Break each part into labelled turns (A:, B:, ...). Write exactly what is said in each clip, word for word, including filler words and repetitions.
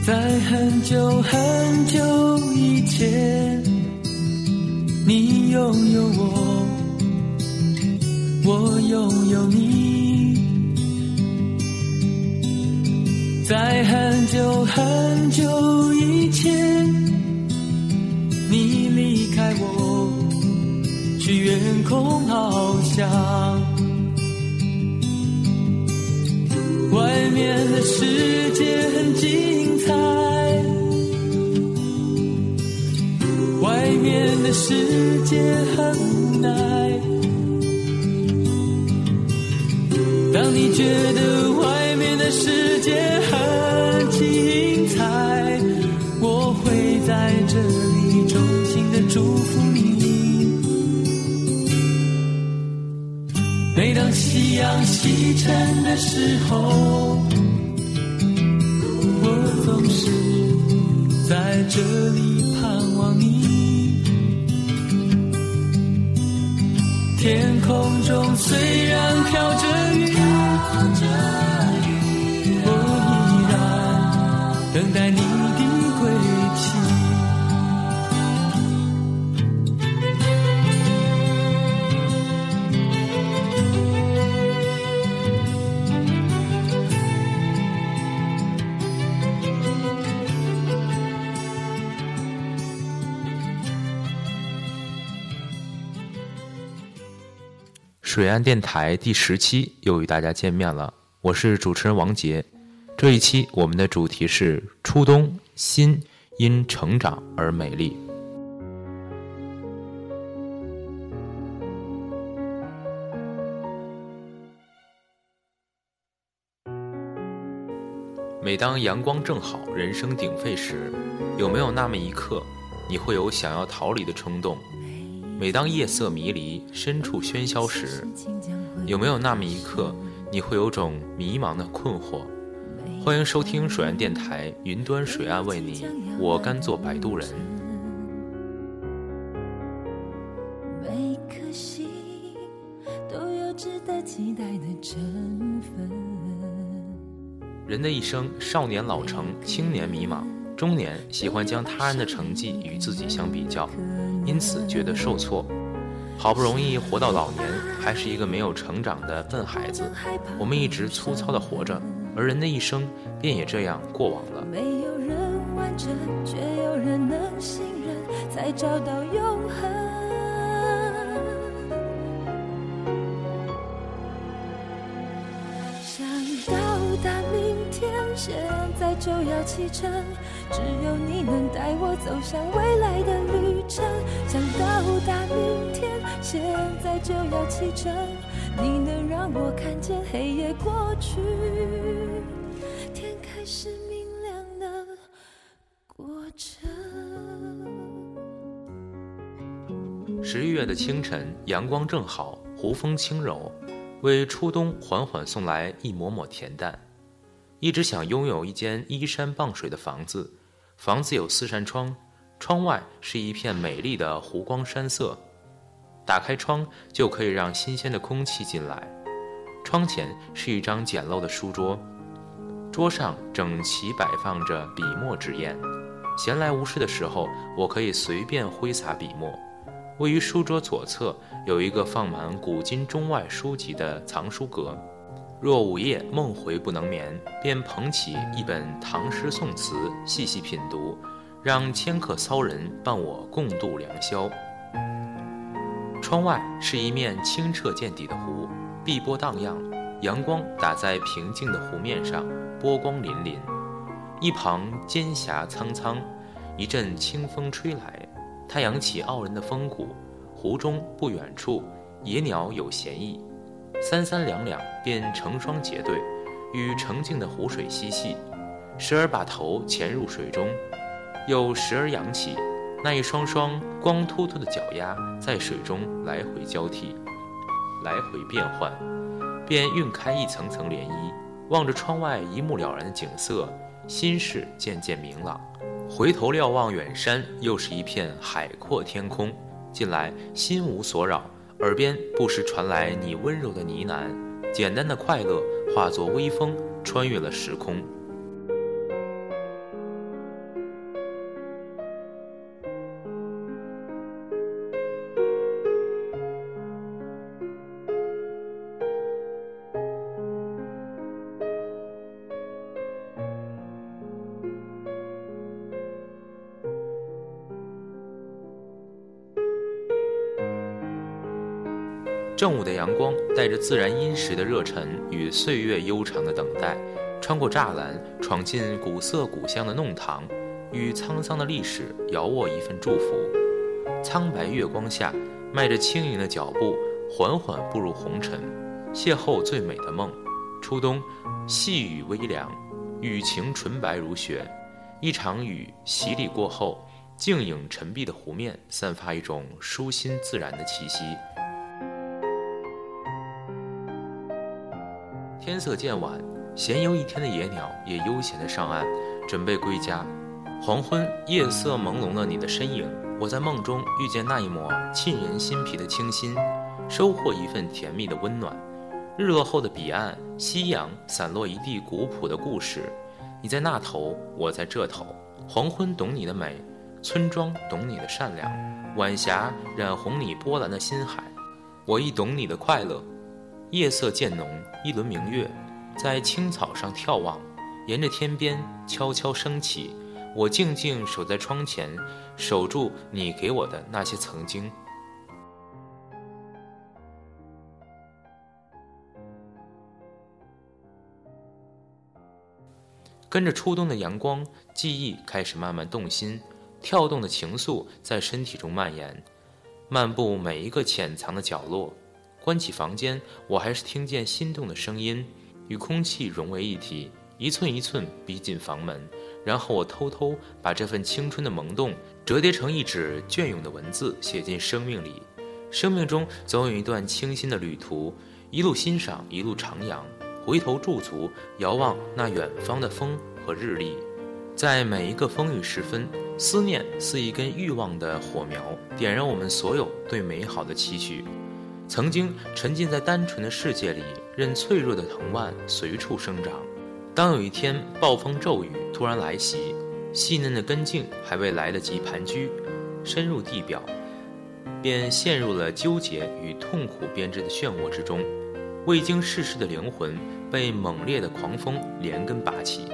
A: 在很久很久以前，你拥有我，我拥有你。在很久很久以前，你离开我，去远空翱翔。外面的世界很精彩，外面的世界很无奈。当你觉得外面的世界很精彩，我会在这里衷心的祝福你。每当夕阳西沉的时候，我总是在这里盼望你。天空中虽然飘着雨，我依然等待你的归期。
B: 水岸电台第十期又与大家见面了，我是主持人王杰。这一期我们的主题是初冬，心因成长而美丽。每当阳光正好，人声鼎沸时，有没有那么一刻，你会有想要逃离的冲动？每当夜色迷离，深处喧嚣时，有没有那么一刻，你会有种迷茫的困惑？欢迎收听水岸电台，云端水岸为你，我甘做摆渡人。
C: 每颗心都有值得期待的成分。
B: 人的一生，少年老成，青年迷茫，中年喜欢将他人的成绩与自己相比较，因此觉得受挫。好不容易活到老年，还是一个没有成长的笨孩子，我们一直粗糙地活着，而人的一生便也这样过往了。
C: 没有人完整，却有人能信任，才找到永恒。想到达明天，现在就要启程，只有你能带我走向未来的旅程。想到达明天，现在就要启程，你能让我看见黑夜过去，天开始明亮的过程。
B: 十一月的清晨，阳光正好，湖风轻柔，为初冬缓缓送来一抹抹恬淡。一直想拥有一间依山傍水的房子，房子有四扇窗，窗外是一片美丽的湖光山色，打开窗就可以让新鲜的空气进来。窗前是一张简陋的书桌，桌上整齐摆放着笔墨纸砚，闲来无事的时候，我可以随便挥洒笔墨。位于书桌左侧有一个放满古今中外书籍的藏书阁，若午夜梦回不能眠，便捧起一本唐诗宋词细细品读，让迁客骚人伴我共度良宵。窗外是一面清澈见底的湖，碧波荡漾，阳光打在平静的湖面上，波光粼粼。一旁间霞苍苍，一阵清风吹来，它扬起傲人的风骨。湖中不远处，野鸟有闲意，三三两两便成双结对，与澄净的湖水嬉戏，时而把头潜入水中，又时而扬起，那一双双光秃秃的脚丫在水中来回交替，来回变换，便晕开一层层涟漪。望着窗外一目了然的景色，心事渐渐明朗。回头瞭望远山，又是一片海阔天空。近来心无所扰，耳边不时传来你温柔的呢喃，简单的快乐化作微风，穿越了时空。 正午的阳光带着自然殷实的热忱与岁月悠长的等待，穿过栅栏，闯进古色古香的弄堂，与沧桑的历史遥握一份祝福。苍白月光下，迈着轻盈的脚步，缓缓步入红尘，邂逅最美的梦。初冬，细雨微凉，雨晴纯白如雪。一场雨洗礼过后，静影沉碧的湖面散发一种舒心自然的气息。天色渐晚，闲游一天的野鸟也悠闲地上岸，准备归家。黄昏，夜色朦胧了你的身影，我在梦中遇见那一抹沁人心脾的清新，收获一份甜蜜的温暖。日落后的彼岸，夕阳散落一地古朴的故事，你在那头，我在这头。黄昏懂你的美，村庄懂你的善良，晚霞染红你波澜的心海，我亦懂你的快乐。夜色渐浓，一轮明月在青草上眺望，沿着天边悄悄升起。我静静守在窗前，守住你给我的那些曾经。跟着初冬的阳光，记忆开始慢慢动心，跳动的情愫在身体中蔓延。漫步每一个潜藏的角落，关起房间，我还是听见心动的声音，与空气融为一体，一寸一寸逼近房门。然后我偷偷把这份青春的萌动折叠成一纸隽永的文字，写进生命里。生命中总有一段清新的旅途，一路欣赏，一路徜徉，回头驻足，遥望那远方的风和日丽。在每一个风雨时分，思念似一根欲望的火苗，点燃我们所有对美好的期许。曾经沉浸在单纯的世界里，任脆弱的藤蔓随处生长。当有一天暴风骤雨突然来袭，细嫩的根茎还未来得及盘踞深入地表，便陷入了纠结与痛苦编织的漩涡之中。未经世事的灵魂被猛烈的狂风连根拔起。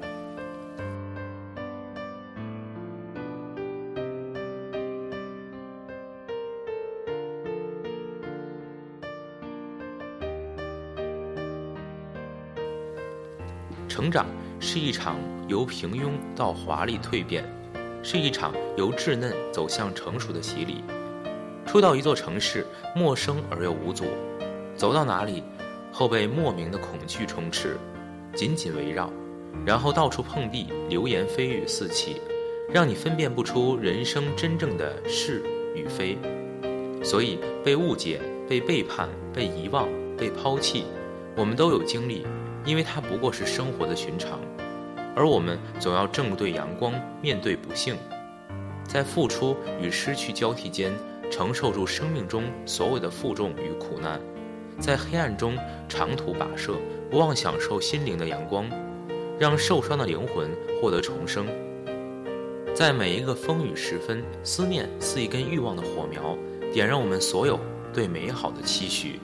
B: 成长是一场由平庸到华丽蜕变，是一场由稚嫩走向成熟的洗礼。初到一座城市，陌生而又无阻，走到哪里后被莫名的恐惧充斥，紧紧围绕，然后到处碰壁，流言蜚语四起，让你分辨不出人生真正的是与非。所以被误解，被背叛，被遗忘，被抛弃，我们都有经历，因为它不过是生活的寻常。而我们总要正对阳光，面对不幸，在付出与失去交替间，承受住生命中所有的负重与苦难。在黑暗中长途跋涉，不忘享受心灵的阳光，让受伤的灵魂获得重生。在每一个风雨时分，思念似一根欲望的火苗，点燃我们所有对美好的期许。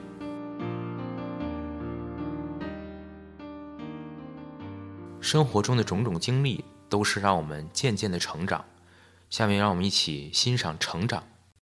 B: 生活中的种种经历都是让我们渐渐的成长，下面让我们一起欣赏成长。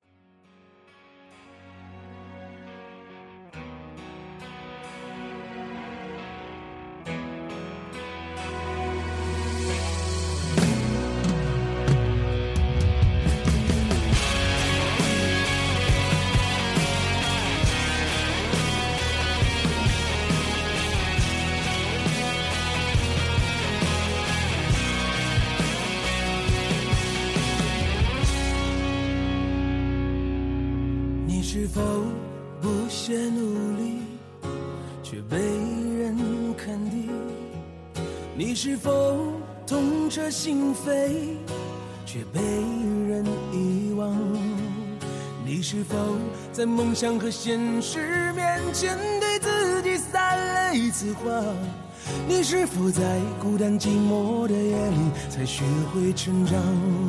A: 是否不懈努力，却被人看低？你是否痛彻心扉，却被人遗忘？你是否在梦想和现实面前对自己撒了一次谎？你是否在孤单寂寞的夜里才学会成长？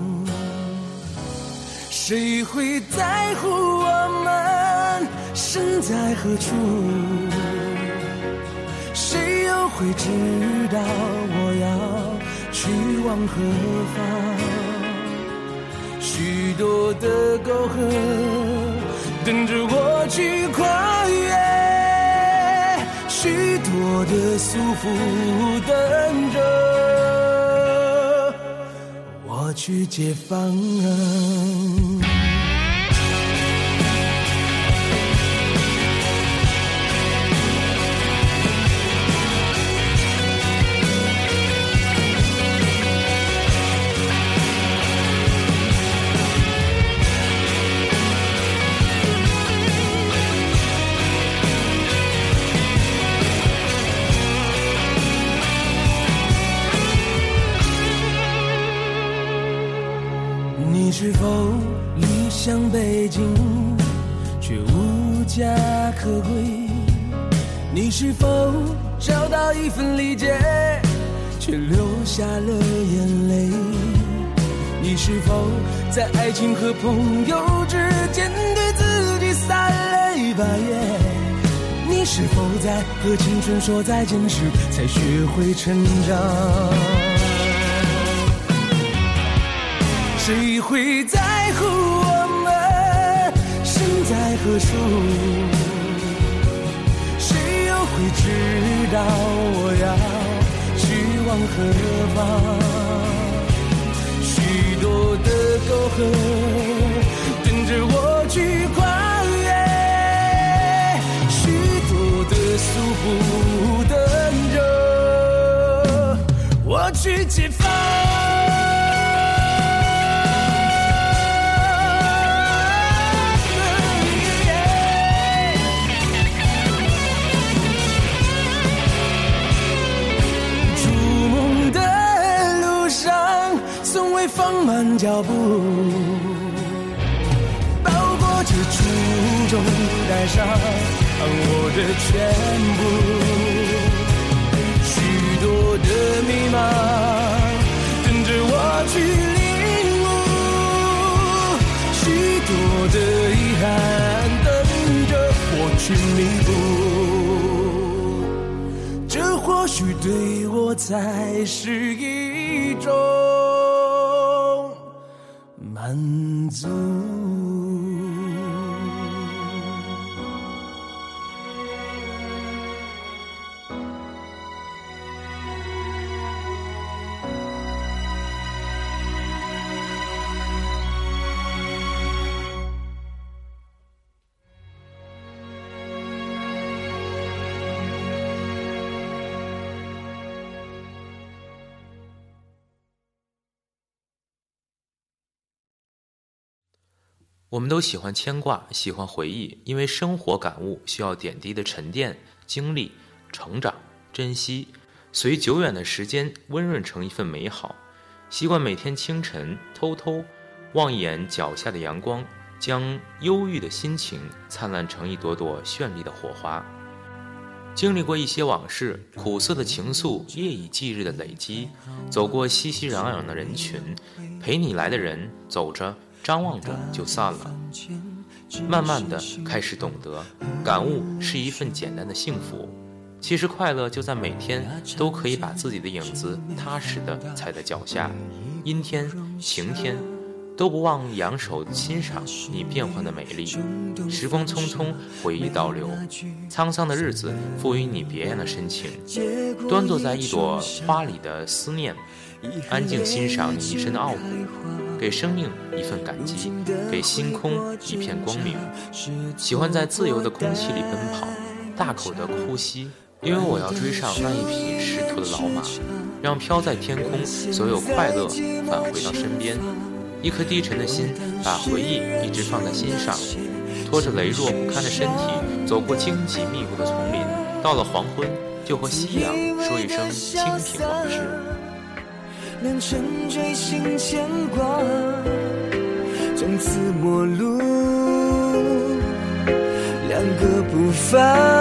A: 谁会在乎我们身在何处？谁又会知道我要去往何方？许多的沟壑等着我去跨的束缚等着我去解放啊。你是否理想北京却无家可归？你是否找到一份理解却流下了眼泪？你是否在爱情和朋友之间对自己撒了把盐？你是否在和青春说再见时才学会成长？谁会在乎我们身在何处？谁又会知道我要去往何方？许多的沟壑等着我去跨越，许多的束缚等着我去解放。放慢脚步，包裹着初衷，带上我的全部。许多的迷茫等着我去领悟，许多的遗憾等着我去弥补。这或许对我才是一种满足。
B: 我们都喜欢牵挂，喜欢回忆，因为生活感悟需要点滴的沉淀、经历、成长、珍惜，随久远的时间温润成一份美好。习惯每天清晨偷偷望一眼脚下的阳光，将忧郁的心情灿烂成一朵朵绚丽的火花。经历过一些往事，苦涩的情愫夜以继日的累积，走过熙熙攘攘的人群，陪你来的人走着张望着就散了，慢慢的开始懂得，感悟是一份简单的幸福。其实快乐就在每天都可以把自己的影子踏实的踩在脚下，阴天晴天都不忘扬手欣赏你变幻的美丽。时光匆匆，回忆倒流，沧桑的日子赋予你别样的深情。端坐在一朵花里的思念，安静欣赏你一身的傲骨，给生命一份感激，给星空一片光明。喜欢在自由的空气里奔跑，大口的呼吸，因为我要追上那一匹驰途的老马，让飘在天空所有快乐返回到身边。一颗低沉的心，把回忆一直放在心上，拖着羸弱不堪的身体，走过荆棘密布的丛林，到了黄昏，就和夕阳说一声清平往事。
A: 良辰追心牵挂，从此陌路两个步伐，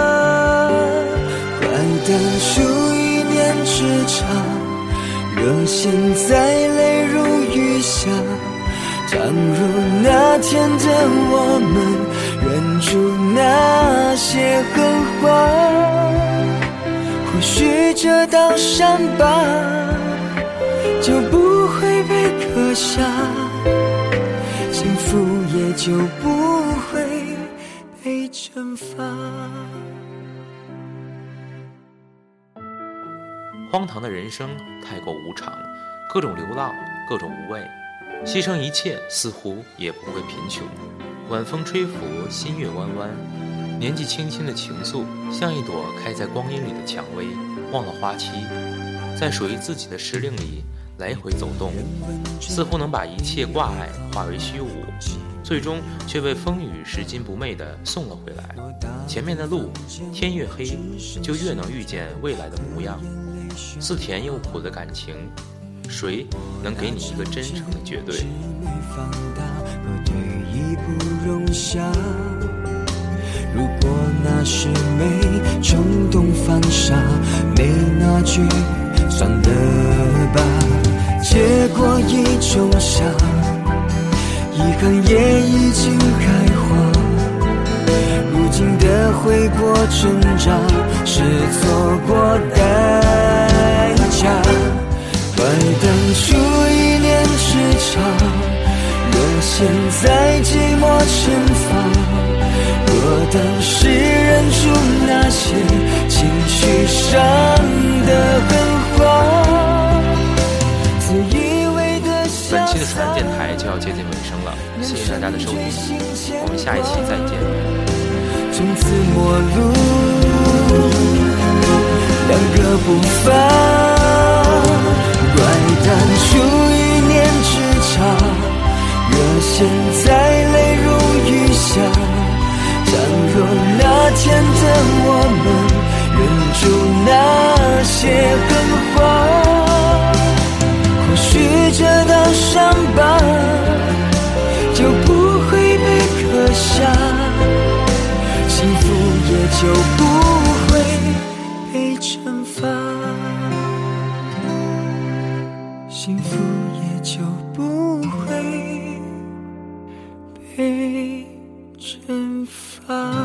A: 快等出一念之差，若现在泪如雨下，倘若那天的我们忍住那些狠话，或许这道伤疤就不会被刻下，幸福也就不会被惩罚。
B: 荒唐的人生太过无常，各种流浪，各种无畏，牺牲一切似乎也不会贫穷。晚风吹拂，新月弯弯，年纪轻轻的情愫像一朵开在光阴里的蔷薇，忘了花期，在属于自己的时令里来回走动，似乎能把一切挂碍化为虚无，最终却被风雨拾金不昧地送了回来。前面的路，天越黑，就越能遇见未来的模样。似甜又苦的感情，谁能给你一个真诚的绝对？
A: 如果那是美，冲动放下，没那句算了吧。结果已种下，遗憾也已经开花。如今的悔过挣扎，是错过代价。怪当初一念之差，若现在寂寞惩罚。若当时忍住那些情绪上的狠话，自以为的潇洒。
B: 本期的自然电台就要接近尾声了，谢谢大家的收听，我们下一期再见。
A: 从此陌路，两个步伐，怪当初一念之差，若现在泪如雨下。倘若那天的我们忍住那些狠话，或许这道伤疤就不会被刻下，幸福也就不会被惩罚，幸福也就不会被惩罚。